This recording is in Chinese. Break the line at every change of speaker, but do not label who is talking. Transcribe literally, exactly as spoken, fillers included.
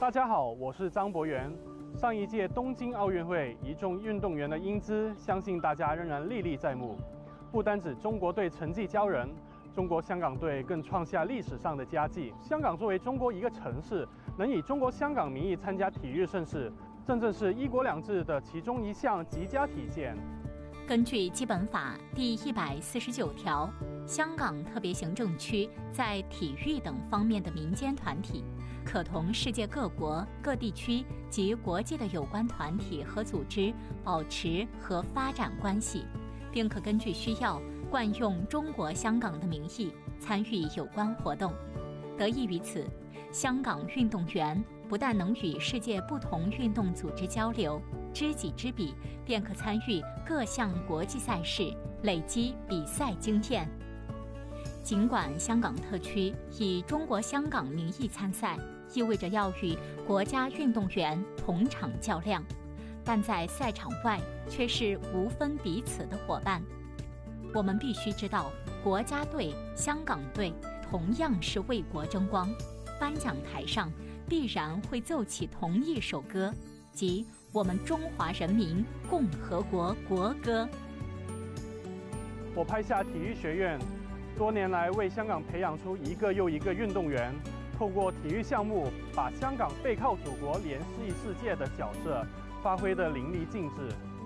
大家好，我是张博元。上一届东京奥运会一众运动员的英姿，相信大家仍然历历在目。不单指中国队成绩骄人，中国香港队更创下历史上的佳绩。香港作为中国一个城市，能以中国香港名义参加体育盛事，正正是一国两制的其中一项极佳体现。
根据基本法第一百四十九条，香港特别行政区在体育等方面的民间团体，可同世界各国、各地区及国际的有关团体和组织保持和发展关系，并可根据需要惯用中国香港的名义参与有关活动。得益于此，香港运动员不但能与世界不同运动组织交流，知己知彼，便可参与各项国际赛事，累积比赛经验。尽管香港特区以中国香港名义参赛，意味着要与国家运动员同场较量，但在赛场外却是无分彼此的伙伴。我们必须知道，国家队、香港队同样是为国争光，颁奖台上必然会奏起同一首歌，即我们中华人民共和国国歌。
我拍下体育学院，多年来为香港培养出一个又一个运动员，透过体育项目把香港背靠祖国、联系世界的角色发挥得淋漓尽致。